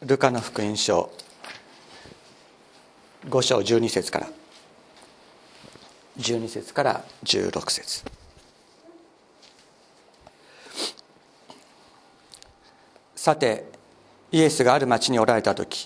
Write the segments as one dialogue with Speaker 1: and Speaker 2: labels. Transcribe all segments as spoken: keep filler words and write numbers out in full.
Speaker 1: ルカの福音書ご章じゅうに節からじゅうに節からじゅうろく節。さてイエスがある町におられた時、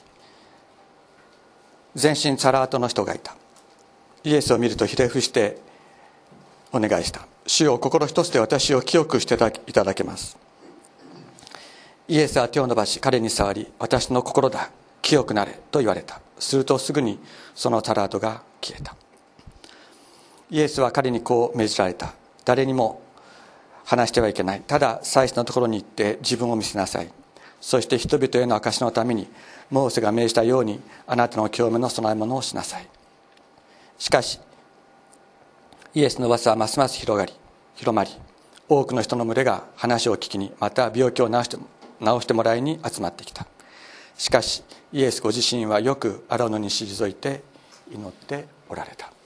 Speaker 1: 全身サラートの人がいた。イエスを見るとひれ伏してお願いした。主よ、心一つで私を清くしていただけます。イエスは手を伸ばし彼に触り、私の心だ、清くなれと言われた。するとすぐにそのサラートが消えた。イエスは彼にこう命じられた。誰にも話してはいけない。ただ祭司のところに行って自分を見せなさい。そして人々への証しのためにモーセが命じたようにあなたの清めの供え物をしなさい。しかしイエスの噂はますます広がり広まり、多くの人の群れが話を聞きに、また病気を治して治してもらいに集まってきた。しかしイエスご自身はよく荒野に退いて祈っておられた。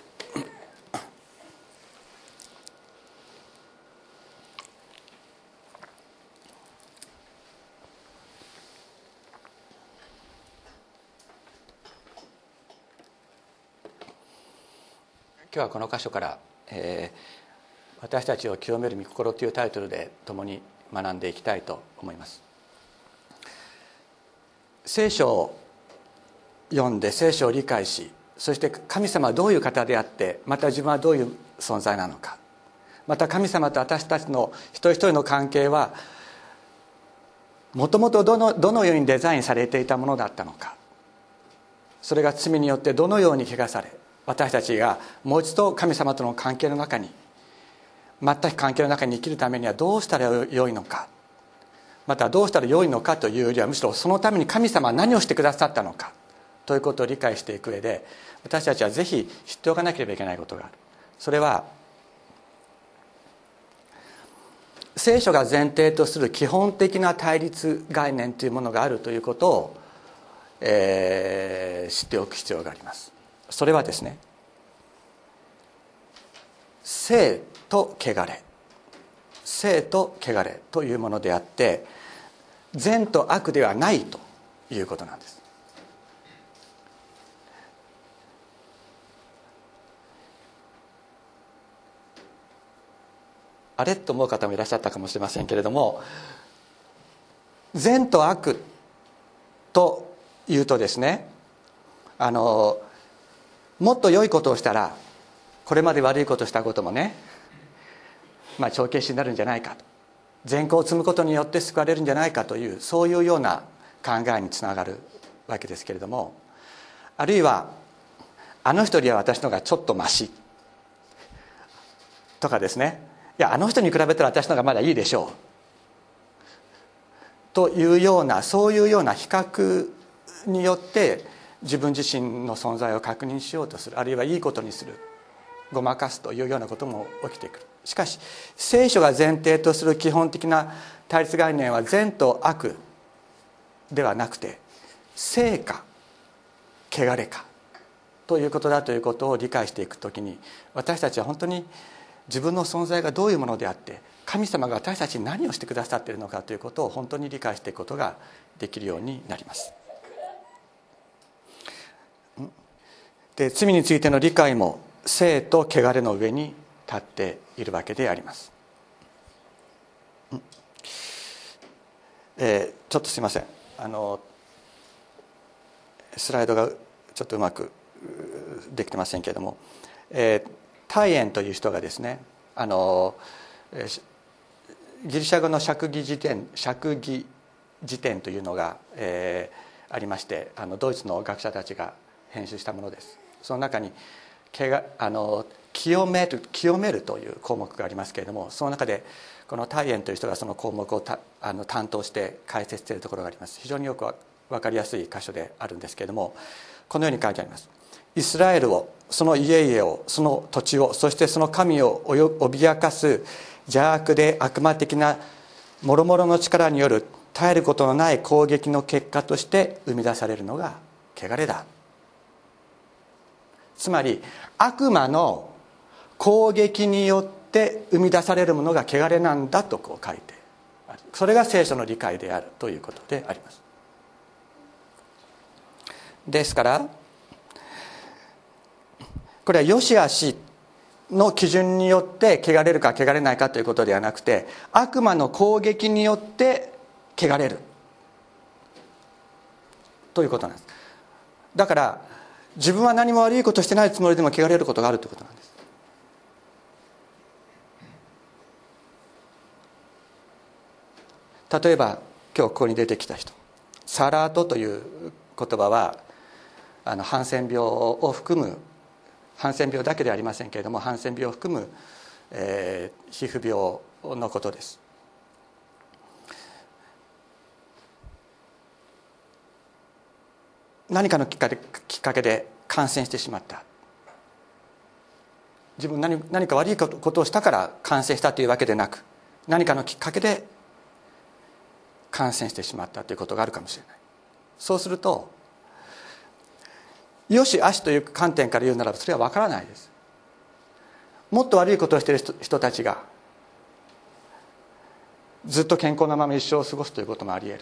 Speaker 1: 今日はこの箇所から「えー、私たちを清める御心」というタイトルで共に学んでいきたいと思います。聖書を読んで聖書を理解し、そして神様はどういう方であって、また自分はどういう存在なのか、また神様と私たちの一人一人の関係はもともとどのどのようにデザインされていたものだったのか、それが罪によってどのように汚され、私たちがもう一度神様との関係の中に、全く関係の中に生きるためにはどうしたらよいのか、またどうしたらよいのかというよりは、むしろそのために神様は何をしてくださったのかということを理解していく上で、私たちはぜひ知っておかなければいけないことがある。それは聖書が前提とする基本的な対立概念というものがあるということを、えー、知っておく必要があります。それはですね、聖と汚れ、聖と汚れというものであって、善と悪ではないということなんです。あれと思う方もいらっしゃったかもしれませんけれども、善と悪というとですね、あのもっと良いことをしたらこれまで悪いことをしたこともね、まあ帳消しになるんじゃないかと、善行を積むことによって救われるんじゃないかという、そういうような考えにつながるわけですけれども、あるいはあの人よりは私の方がちょっとマシとかですね、いやあの人に比べたら私の方がまだいいでしょうというような、そういうような比較によって自分自身の存在を確認しようとする、あるいはいいことにする、ごまかすというようなことも起きてくる。しかし聖書が前提とする基本的な対立概念は善と悪ではなくて、聖か汚れかということだということを理解していくときに、私たちは本当に自分の存在がどういうものであって、神様が私たちに何をしてくださっているのかということを本当に理解していくことができるようになります。で、罪についての理解も聖と汚れの上に立っているわけであります。えー、ちょっとすいません、あのスライドがちょっとうまくできてませんけれども、えー、大円という人がですね、あのギリシャ語の釈義辞典釈義辞典というのが、えー、ありまして、あのドイツの学者たちが編集したものです。その中にあの清める清めるという項目がありますけれども、その中でこの大円という人がその項目をたあの担当して解説しているところがあります。非常によく分かりやすい箇所であるんですけれども、このように書いてあります。イスラエルを、その家々を、その土地を、そしてその神を脅かす邪悪で悪魔的な諸々の力による絶えることのない攻撃の結果として生み出されるのが汚れだ。つまり悪魔の攻撃によって生み出されるものが汚れなんだとこう書いてある。それが聖書の理解であるということであります。 ですからこれは良し悪しの基準によって汚れるか汚れないかということではなくて、悪魔の攻撃によって汚れるということなんです。だから自分は何も悪いことしてないつもりでも汚れることがあるということなんです。例えば今日ここに出てきた人、サラートという言葉はあのハンセン病を含む、ハンセン病だけではありませんけれども、ハンセン病を含む、えー、皮膚病のことです。何かのきっかけきっかけで感染してしまった。自分 何, 何か悪いことをしたから感染したというわけでなく、何かのきっかけで感染してしまったということがあるかもしれない。そうするとよし悪しという観点から言うならばそれは分からないです。もっと悪いことをしている 人, 人たちがずっと健康なまま一生を過ごすということもあり得る。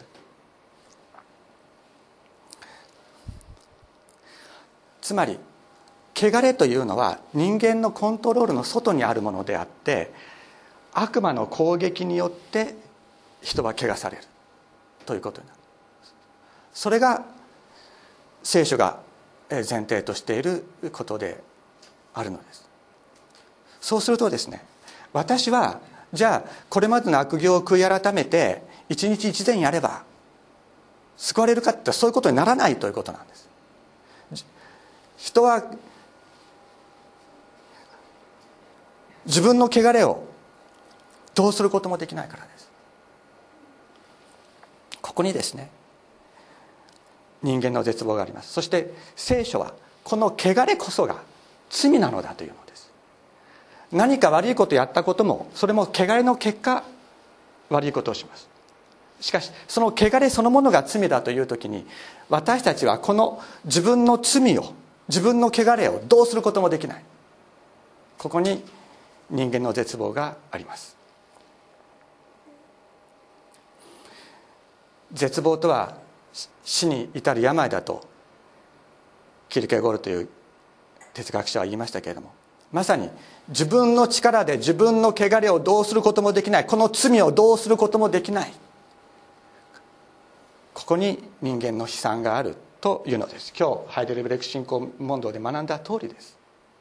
Speaker 1: つまり汚れというのは人間のコントロールの外にあるものであって、悪魔の攻撃によって人は汚されるということになる。それが聖書が前提としていることであるのです。そうするとですね、私はじゃあこれまでの悪行を悔い改めて一日一善やれば救われるかって、そういうことにならないということなんです。人は自分の汚れをどうすることもできないからです。ここにですね、人間の絶望があります。そして聖書はこの汚れこそが罪なのだというのです。何か悪いことをやったことも、それも汚れの結果悪いことをします。しかしその汚れそのものが罪だというときに、私たちはこの自分の罪を、自分の汚れをどうすることもできない。ここに人間の絶望があります。絶望とは死に至る病だとキルケゴールという哲学者は言いましたけれども、まさに自分の力で自分の汚れをどうすることもできない、この罪をどうすることもできない、ここに人間の悲惨があるというのです。今日ハイデルベルク信仰問答で学んだ通りです。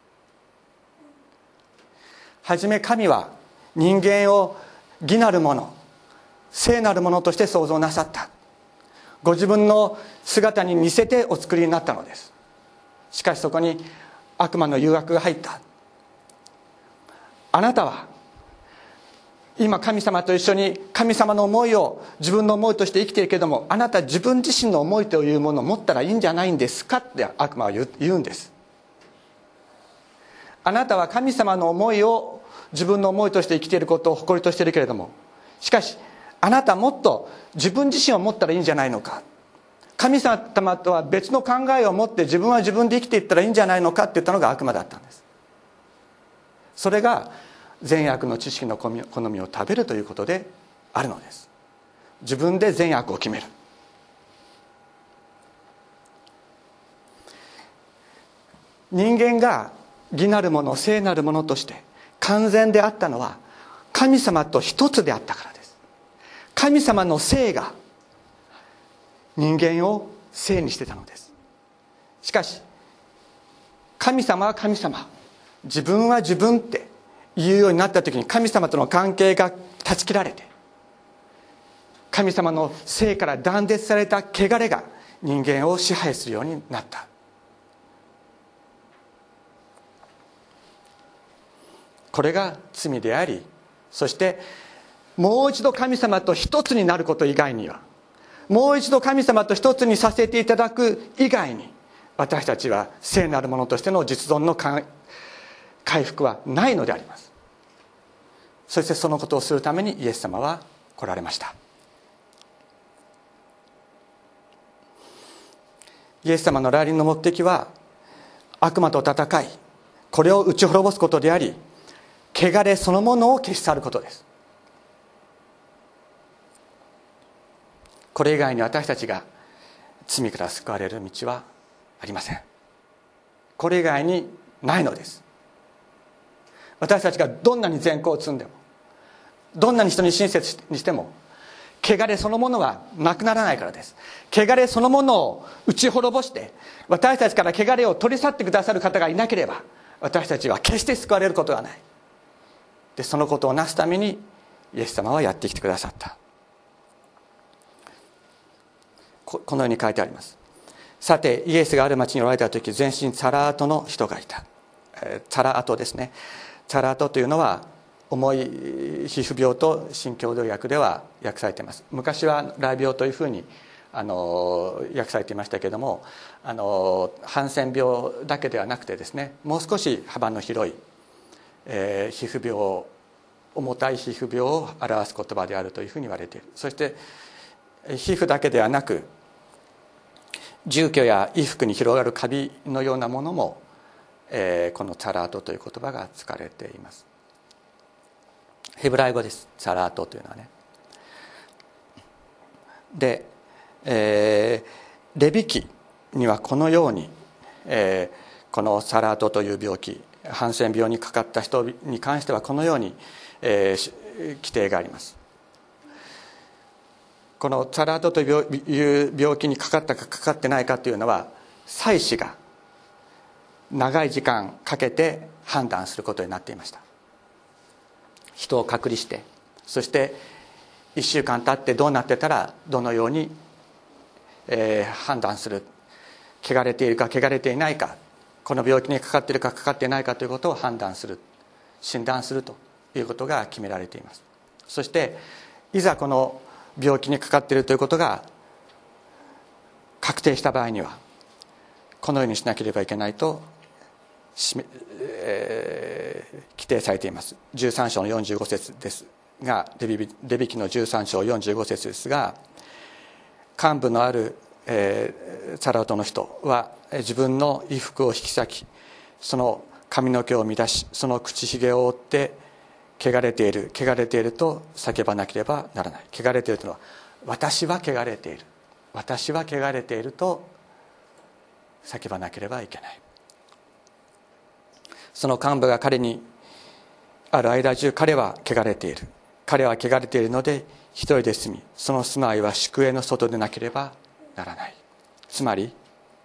Speaker 1: はじめ神は人間を義なるもの、聖なるものとして創造なさった。ご自分の姿に似せてお作りになったのです。しかしそこに悪魔の誘惑が入った。あなたは今神様と一緒に神様の思いを自分の思いとして生きているけれども、あなた自分自身の思いというものを持ったらいいんじゃないんですかって悪魔は言うんです。あなたは神様の思いを自分の思いとして生きていることを誇りとしているけれども、しかしあなたはもっと自分自身を持ったらいいんじゃないのか、神様とは別の考えを持って自分は自分で生きていったらいいんじゃないのかって言ったのが悪魔だったんです。それが善悪の知識の好みを食べるということであるのです。自分で善悪を決める。人間が義なるもの、聖なるものとして完全であったのは神様と一つであったからです。神様の聖が人間を聖にしてたのです。しかし神様は神様、自分は自分って言うようになった時に、神様との関係が断ち切られて、神様の聖から断絶された汚れが人間を支配するようになった。これが罪であり、そしてもう一度神様と一つになること以外には、もう一度神様と一つにさせていただく以外に、私たちは聖なるものとしての実存の回復はないのであります。そしてそのことをするためにイエス様は来られました。イエス様の来臨の目的は悪魔と戦い、これを打ち滅ぼすことであり、汚れそのものを消し去ることです。これ以外に私たちが罪から救われる道はありません。これ以外にないのです。私たちがどんなに善行を積んでも、どんなに人に親切にしても、汚れそのものがなくならないからです。汚れそのものを打ち滅ぼして、私たちから汚れを取り去ってくださる方がいなければ、私たちは決して救われることはない。で、そのことをなすためにイエス様はやってきてくださった。こ, このように書いてあります。さてイエスがある町におられた時、全身サラートの人がいた。えー、サラートですね。サラートというのは重い皮膚病と新共同訳では訳されています。昔は雷病というふうにあの訳されていましたけれども、あのハンセン病だけではなくてですね、もう少し幅の広い、えー、皮膚病、重たい皮膚病を表す言葉であるというふうに言われている。そして皮膚だけではなく、住居や衣服に広がるカビのようなものも、えー、このサラートという言葉が使われています。ヘブライ語です、サラートというのはね。で、えー、レビ記にはこのように、えー、このサラートという病気、ハンセン病にかかった人に関してはこのように、えー、規定があります。このサラートという病気にかかったかかかってないかというのは、祭司が長い時間かけて判断することになっていました。人を隔離して、そしていっしゅうかん経ってどうなってたらどのように、えー、判断する、汚れているか汚れていないか、この病気にかかっているかかかっていないかということを判断する、診断するということが決められています。そしていざこの病気にかかっているということが確定した場合にはこのようにしなければいけないと、えー、規定されています。じゅうさん章のよんじゅうご節ですが、レビ、レビ記のじゅうさん章よんじゅうご節ですが、幹部のある、えー、サラートの人は自分の衣服を引き裂き、その髪の毛を乱し、その口ひげを折って、汚れている汚れていると叫ばなければならない。汚れているというのは、私は汚れている、私は汚れていると叫ばなければいけない。その幹部が彼にある間中、彼は汚れている、彼は汚れているので一人で住み、その住まいは宿営の外でなければならない。つまり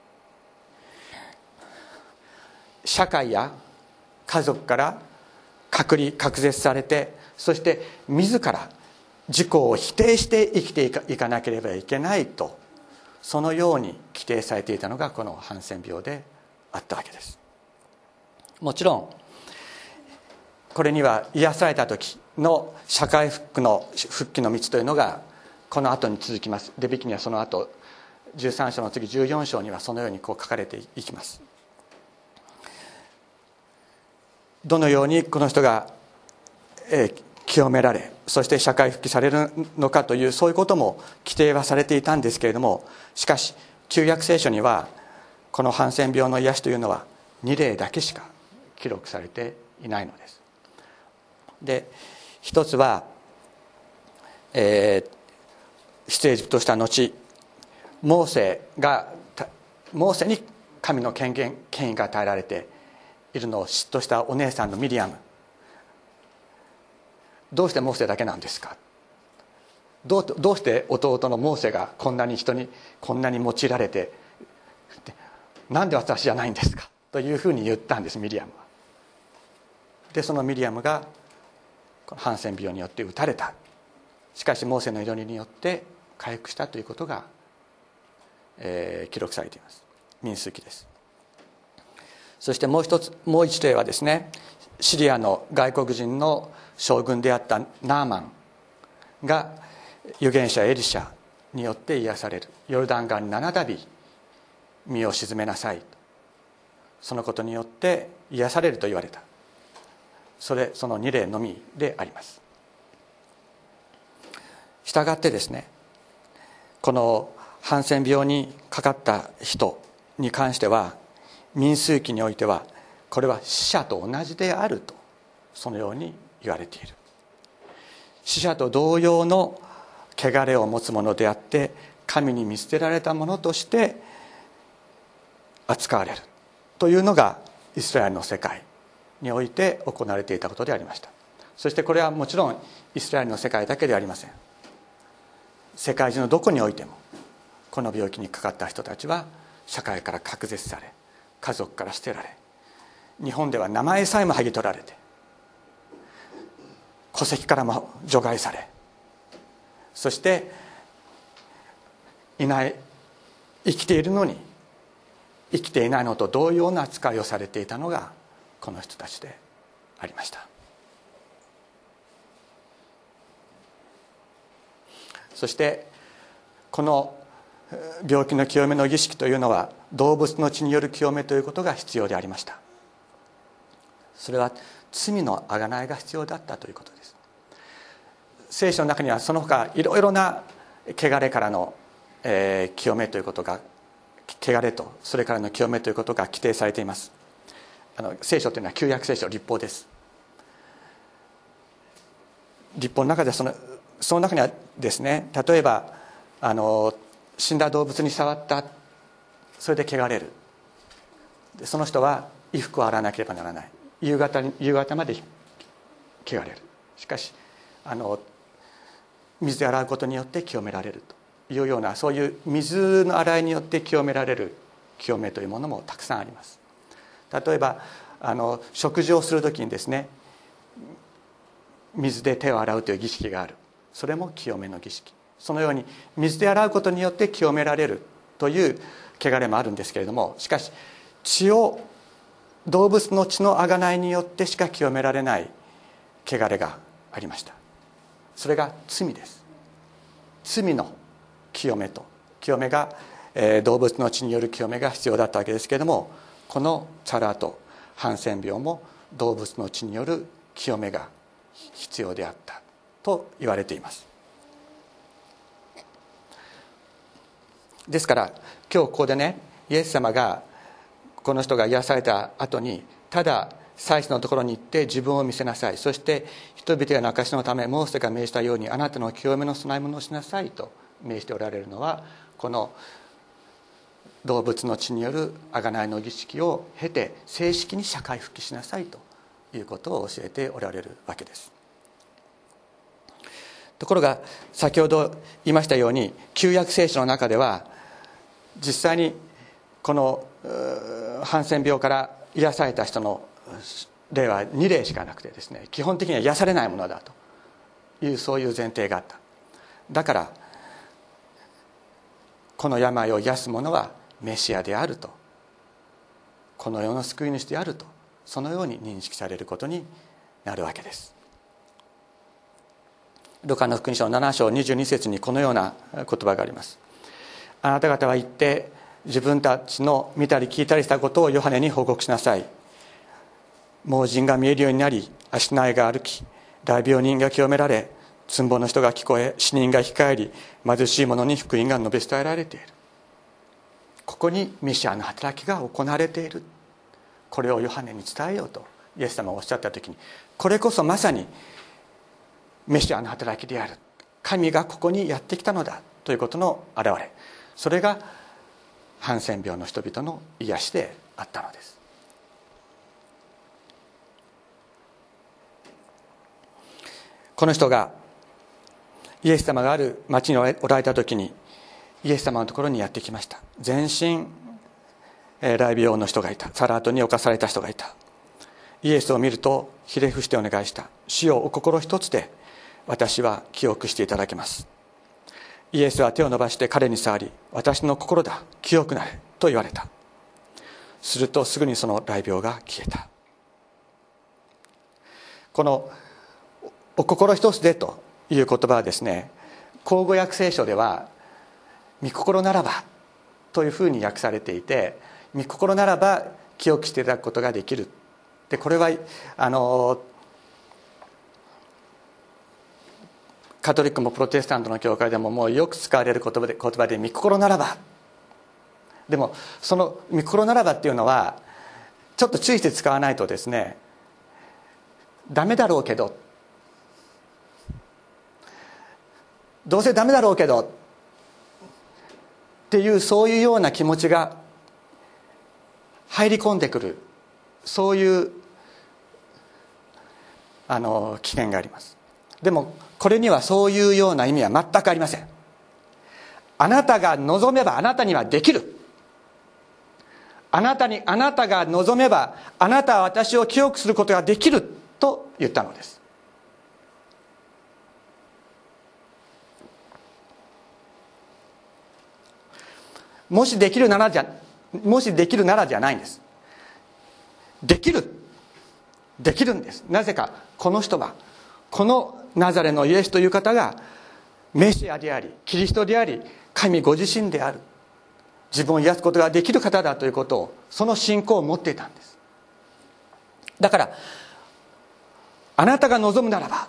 Speaker 1: 社会や家族から隔離隔絶されて、そして自ら自己を否定して生きてい か, いかなければいけないと、そのように規定されていたのがこのハンセン病であったわけです。もちろんこれには癒された時の社会復帰の復帰の道というのがこの後に続きます。レビ記にはその後じゅうさん章の次じゅうよん章にはそのようにこう書かれていきます。どのようにこの人が、えー、清められ、そして社会復帰されるのかという、そういうことも規定はされていたんですけれども、しかし旧約聖書にはこのハンセン病の癒しというのはに例だけしか記録されていないのです。で、一つは、えー、出エジプトした後、モーセがモーセに神の権限権威が与えられているのを嫉妬したお姉さんのミリアム、どうしてモーセだけなんですか、どう、どうして弟のモーセがこんなに人にこんなに用いられて、なんで私じゃないんですかというふうに言ったんです、ミリアムは。でそのミリアムがハンセン病によって撃たれた。しかしモーセの祈りによって回復したということが、えー、記録されています。民数記です。そしてもう一つ、もう一例はですね、シリアの外国人の将軍であったナーマンが預言者エリシャによって癒される。ヨルダン川に七度身を沈めなさい、そのことによって癒されると言われた。それそのに例のみであります。したがってですね、このハンセン病にかかった人に関しては、民数記においてはこれは死者と同じであると、そのように言われている。死者と同様の汚れを持つものであって、神に見捨てられたものとして扱われるというのがイスラエルの世界において行われていたことでありました。そしてこれはもちろんイスラエルの世界だけではありません。世界中のどこにおいてもこの病気にかかった人たちは社会から隔絶され、家族から捨てられ、日本では名前さえも剥ぎ取られて、戸籍からも除外され、そしていない生きているのに生きていないのと同様な扱いをされていたのがこの人たちでありました。そしてこの病気の清めの儀式というのは動物の血による清めということが必要でありました。それは罪の贖いが必要だったということです。聖書の中にはその他いろいろな汚れからの、えー、清めということが、汚れとそれからの清めということが規定されています。あの聖書というのは旧約聖書、律法です。律法の中でそのその中にはですね、例えばあの死んだ動物に触った、それで汚れる、でその人は衣服を洗わなければならない、夕方に夕方まで汚れる。しかしあの水で洗うことによって清められるというような、そういう水の洗いによって清められる清めというものもたくさんあります。例えばあの食事をするときにですね、水で手を洗うという儀式がある。それも清めの儀式。そのように水で洗うことによって清められるという汚れもあるんですけれども、しかし血を、動物の血の贖いによってしか清められない汚れがありました。それが罪です。罪の清めと清めが、えー、動物の血による清めが必要だったわけですけれども、このチャラとハンセン病も動物の血による清めが必要であったと言われています。ですから今日ここでね、イエス様がこの人が癒された後に、ただ祭司のところに行って自分を見せなさい、そして人々への証のためモーセが命じたようにあなたの清めの供え物をしなさいと命じておられるのは、この動物の血による贖いの儀式を経て正式に社会復帰しなさいということを教えておられるわけです。ところが先ほど言いましたように、旧約聖書の中では実際にこのハンセン病から癒された人の例はに例しかなくてですね、基本的には癒されないものだという、そういう前提があった。だからこの病を癒す者はメシアであると、この世の救い主であると、そのように認識されることになるわけです。ルカの福音書のなな章にじゅうに節にこのような言葉があります。あなた方は行って自分たちの見たり聞いたりしたことをヨハネに報告しなさい。盲人が見えるようになり、足苗が歩き、大病人が清められ、つんぼの人が聞こえ、死人が生き返り、貧しい者に福音が述べ伝えられている。ここにメシアの働きが行われている。これをヨハネに伝えようとイエス様がおっしゃった時に、これこそまさにメシアの働きである。神がここにやってきたのだということの表れ、それがハンセン病の人々の癒しであったのです。この人がイエス様がある町におられた時に、イエス様のところにやってきました。全身雷病の人がいた。サラートに侵された人がいた。イエスを見るとひれ伏してお願いした。主よ、お心一つで私は清くしていただけます。イエスは手を伸ばして彼に触り、私の心だ、清くなれと言われた。するとすぐにその雷病が消えた。このお心一つでという言葉はですね、口語訳聖書では御心ならばというふうに訳されていて、御心ならば清くしていただくことができる。でこれはあのカトリックもプロテスタントの教会でももうよく使われる言葉で言葉で御心ならば。でもその御心ならばっていうのはちょっと注意して使わないとですね、ダメだろうけど、どうせダメだろうけどっていう、そういうような気持ちが入り込んでくる、そういうあの危険があります。でもこれにはそういうような意味は全くありません。あなたが望めばあなたにはできる。あなたにあなたが望めばあなたは私を清くすることができると言ったのです。もしできるならじゃもしできるならじゃないんです。できるできるんです。なぜかこの人はこのナザレのイエスという方がメシアでありキリストであり神ご自身である、自分を癒すことができる方だということを、その信仰を持っていたんです。だからあなたが望むならば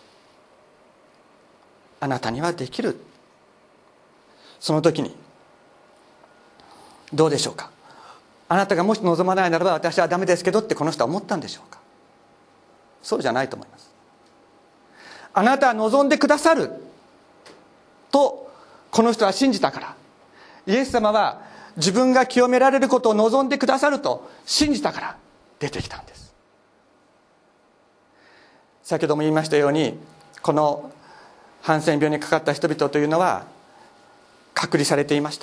Speaker 1: あなたにはできる。その時にどうでしょうか。あなたがもし望まないならば私はダメですけどってこの人は思ったんでしょうか。そうじゃないと思います。あなたは望んでくださるとこの人は信じたから、イエス様は自分が清められることを望んでくださると信じたから出てきたんです。先ほども言いましたように、このハンセン病にかかった人々というのは隔離されていました。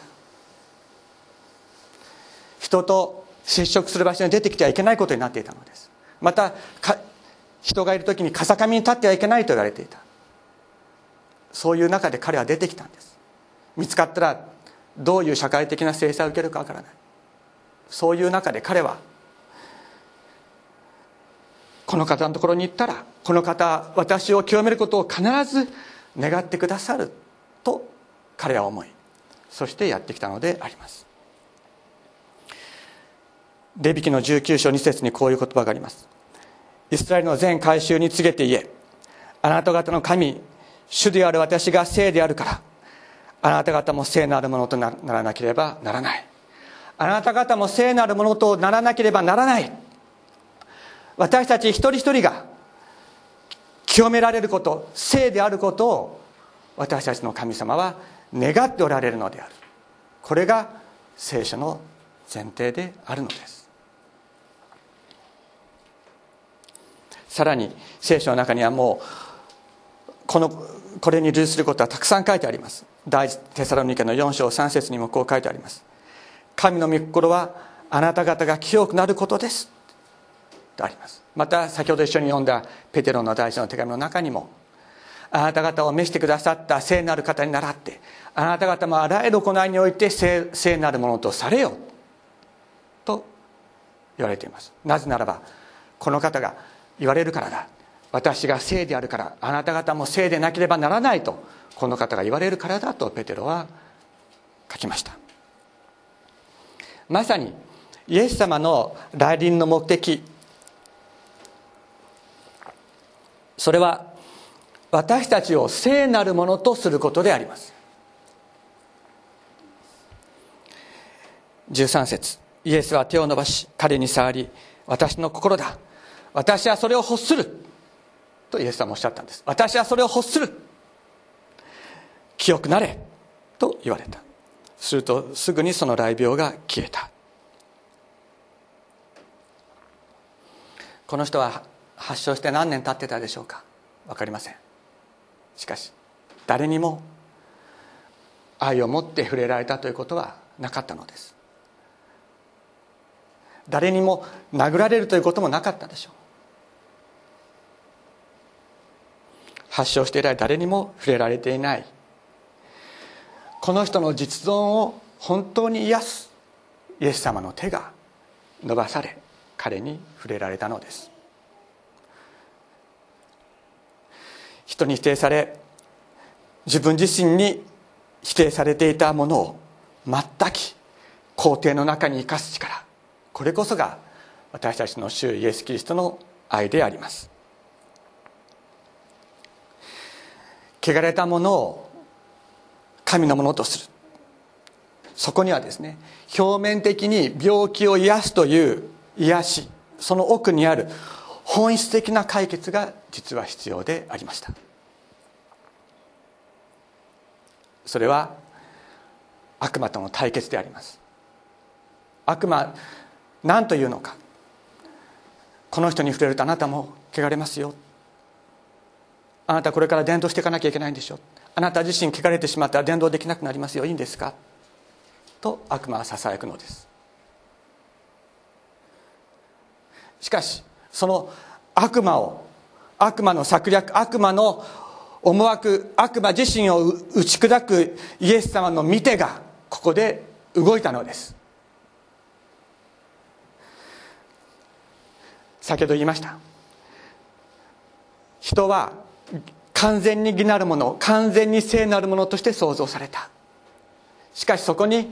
Speaker 1: 人と接触する場所に出てきてはいけないことになっていたのです。また人がいる時に風上に立ってはいけないと言われていた。そういう中で彼は出てきたんです。見つかったらどういう社会的な制裁を受けるかわからない。そういう中で彼はこの方のところに行ったら、この方私を清めることを必ず願ってくださると彼は思い、そしてやってきたのであります。レビ記のじゅうきゅう章に節にこういう言葉があります。イスラエルの全改宗に告げて言え、あなた方の神主である私が聖であるから、あなた方も聖なるものとならなければならない。あなた方も聖なるものとならなければならない。私たち一人一人が清められること、聖であることを私たちの神様は願っておられるのである。これが聖書の前提であるのです。さらに聖書の中にはもうこのこれに類することはたくさん書いてあります。第一テサロニケのよん章さん節にもこう書いてあります。神の御心はあなた方が清くなることですとあります。また先ほど一緒に読んだペテロの第一の手紙の中にも、あなた方を召してくださった聖なる方に倣ってあなた方もあらゆる行いにおいて 聖, 聖なるものとされよと言われています。なぜならばこの方が言われるからだ、私が聖であるからあなた方も聖でなければならないとこの方が言われるからだとペテロは書きました。まさにイエス様の来臨の目的、それは私たちを聖なるものとすることであります。じゅうさん節、イエスは手を伸ばし彼に触り、私の心だ、私はそれを欲するとイエス様おっしゃったんです。私はそれを欲する、清くなれと言われた。するとすぐにその雷病が消えた。この人は発症して何年経ってたでしょうか。分かりません。しかし誰にも愛を持って触れられたということはなかったのです。誰にも殴られるということもなかったでしょう。発症して以来誰にも触れられていない、この人の実存を本当に癒すイエス様の手が伸ばされ彼に触れられたのです。人に否定され自分自身に否定されていたものを全き皇帝の中に生かす力、これこそが私たちの主イエス・キリストの愛であります。汚れたものを神のものとする、そこにはですね、表面的に病気を癒すという癒し、その奥にある本質的な解決が実は必要でありました。それは悪魔との対決であります。悪魔何というのか。この人に触れるとあなたも汚れますよ。あなたこれから伝道していかなきゃいけないんでしょ。あなた自身汚れてしまったら伝道できなくなりますよ。いいんですかと悪魔はささやくのです。しかしその悪魔を悪魔の策略、悪魔の思惑、悪魔自身を打ち砕くイエス様の御手がここで動いたのです。先ほど言いました。人は完全に義なるもの、完全に聖なるものとして創造された。しかしそこに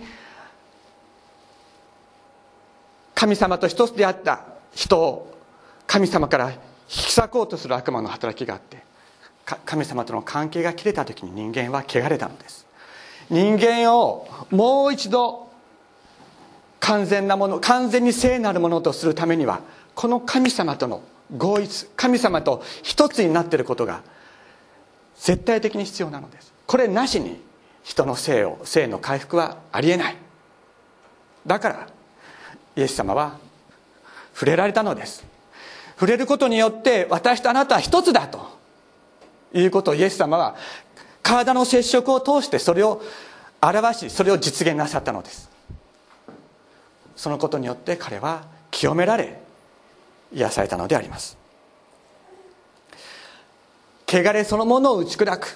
Speaker 1: 神様と一つであった人を神様から引き裂こうとする悪魔の働きがあって、神様との関係が切れた時に人間は汚れたのです。人間をもう一度完全なもの、完全に聖なるものとするためには、この神様との合一、神様と一つになっていることが絶対的に必要なのです。これなしに人の聖を聖の回復はありえない。だからイエス様は触れられたのです。触れることによって私とあなたは一つだということをイエス様は体の接触を通してそれを表し、それを実現なさったのです。そのことによって彼は清められ癒されたのであります。汚れそのものを打ち砕く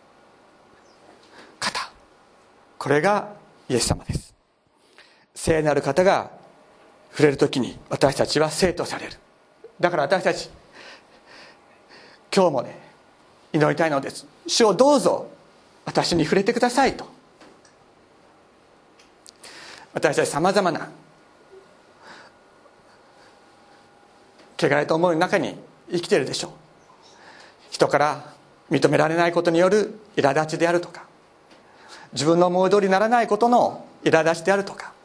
Speaker 1: 方、これがイエス様です。聖なる方が触れるときに私たちは聖とされる。だから私たち今日もね祈りたいのです。主をどうぞ私に触れてくださいと。私たちさまざまな汚れた思いの中に生きているでしょう。人から認められないことによる苛立ちであるとか、自分の思い通りにならないことの苛立ちであるとか、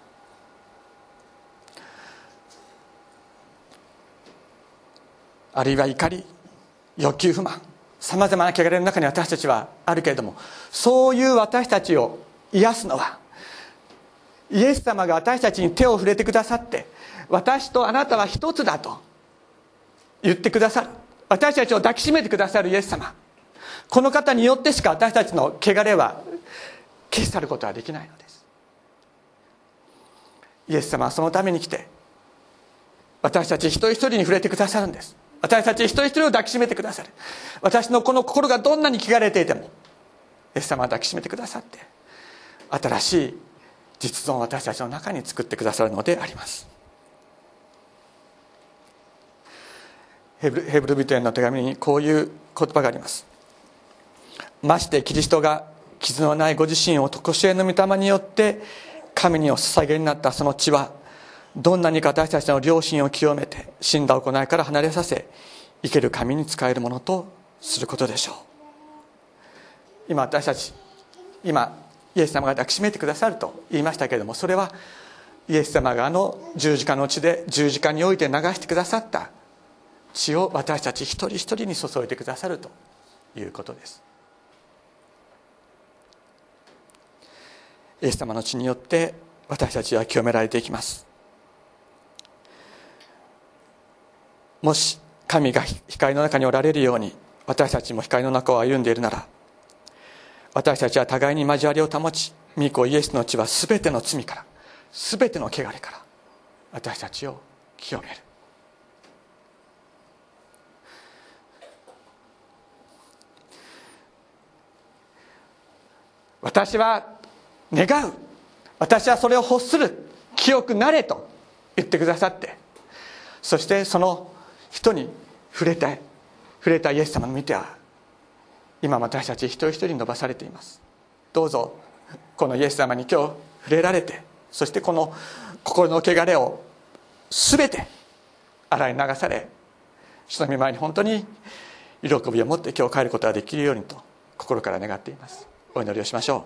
Speaker 1: あるいは怒り、欲求不満、さまざまな汚れの中に私たちはあるけれども、そういう私たちを癒すのはイエス様が私たちに手を触れてくださって、私とあなたは一つだと言ってくださる、私たちを抱きしめてくださるイエス様、この方によってしか私たちの汚れは消し去ることはできないのです。イエス様はそのために来て私たち一人一人に触れてくださるんです。私たち一人一人を抱きしめてくださる。私のこの心がどんなに汚れていてもイエス様は抱きしめてくださって、新しい実存を私たちの中に作ってくださるのであります。ヘブル、ヘブル人への手紙にこういう言葉があります。ましてキリストが傷のないご自身を常しえの御霊によって神にお捧げになったその血は、どんなにか私たちの良心を清めて死んだ行いから離れさせ、生ける神に仕えるものとすることでしょう。今私たち、今イエス様が抱きしめてくださると言いましたけれども、それはイエス様があの十字架の地で十字架において流してくださった血を私たち一人一人に注いでくださるということです。イエス様の血によって私たちは清められていきます。もし神が光の中におられるように私たちも光の中を歩んでいるなら、私たちは互いに交わりを保ち、御子イエスの血は全ての罪から、全ての汚れから私たちを清める。私は願う、私はそれを欲する、清くなれと言ってくださって、そしてその人に触れた触れたイエス様の御手は今私たち一人一人に伸ばされています。どうぞこのイエス様に今日触れられて、そしてこの心の汚れを全て洗い流され、主の御前に本当に喜びを持って今日帰ることができるようにと心から願っています。お祈りをしましょう。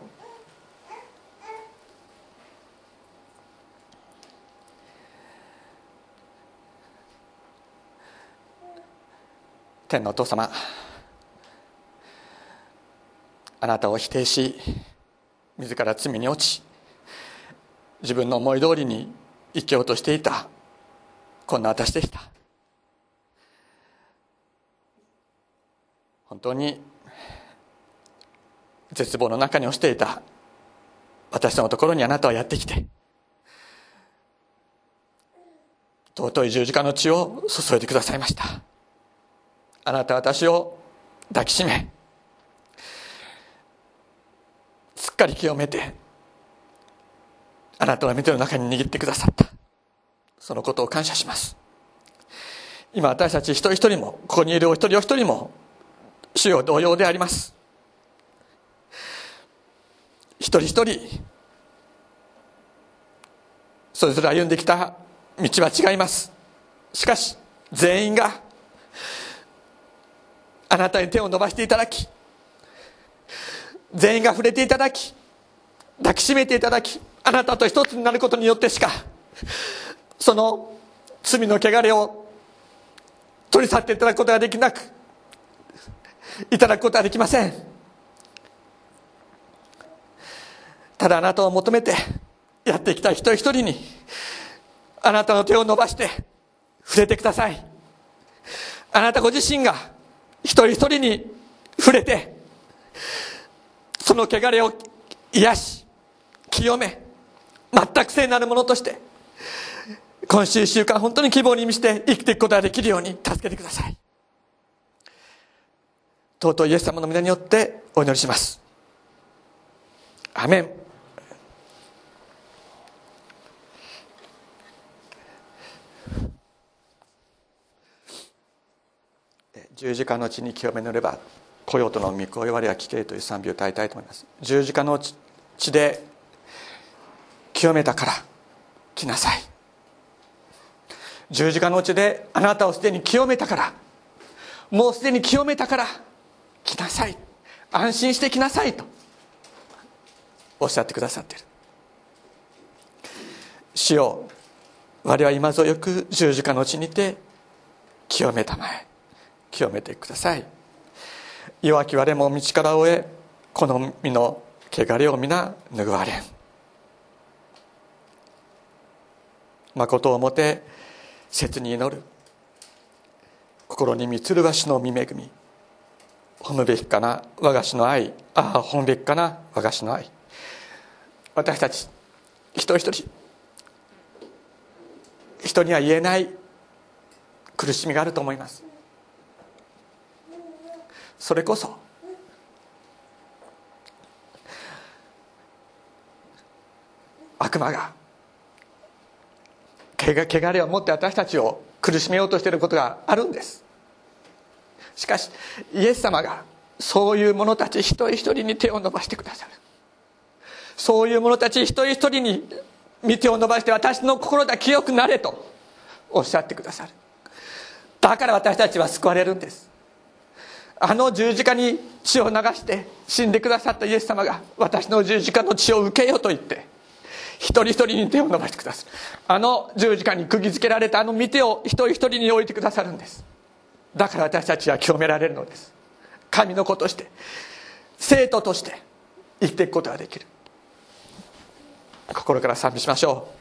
Speaker 1: 天のお父様、あなたを否定し自ら罪に落ち、自分の思い通りに生きようとしていたこんな私でした。本当に絶望の中に落ちていた私のところにあなたはやってきて、尊い十字架の血を注いでくださいました。あなたは私を抱きしめ、すっかり清めて、あなたの御手の中に握ってくださった。そのことを感謝します。今私たち一人一人も、ここにいるお一人お一人も主よ同様であります。一人一人それぞれ歩んできた道は違います。しかし全員があなたに手を伸ばしていただき、全員が触れていただき、抱きしめていただき、あなたと一つになることによってしかその罪の汚れを取り去っていただくことができなくいただくことはできません。ただあなたを求めてやってきた一人一人にあなたの手を伸ばして触れてください。あなたご自身が一人一人に触れて、その汚れを癒し清め、全く聖なるものとして今週一週間本当に希望に満ちて生きていくことができるように助けてください。尊いイエス様の皆によってお祈りします。アメン。十字架の地に清めのれば来ようとの御声我は聞けという賛美を歌いたいと思います。十字架の地で清めたから来なさい。十字架の地であなたをすでに清めたから、もうすでに清めたから来なさい、安心して来なさいとおっしゃってくださっている。主よ、我は今ぞよく十字架の地にて清めたまえ、清めてください。弱き我も道から終え、この身の汚れを皆拭われん。誠をもて切に祈る。心に満つるわしの御恵み、褒むべきかな我が主の愛、ああ褒むべきかな我が主の愛。私たち一人一人、人には言えない苦しみがあると思います。それこそ悪魔が汚れを持って私たちを苦しめようとしていることがあるんです。しかしイエス様がそういう者たち一人一人に手を伸ばしてくださる。そういう者たち一人一人に手を伸ばして、私の心だ清くなれとおっしゃってくださる。だから私たちは救われるんです。あの十字架に血を流して死んでくださったイエス様が私の十字架の血を受けようと言って一人一人に手を伸ばしてくださる。あの十字架に釘付けられたあの御手を一人一人に置いてくださるんです。だから私たちは清められるのです。神の子として生徒として生きていくことができる。心から賛美しましょう。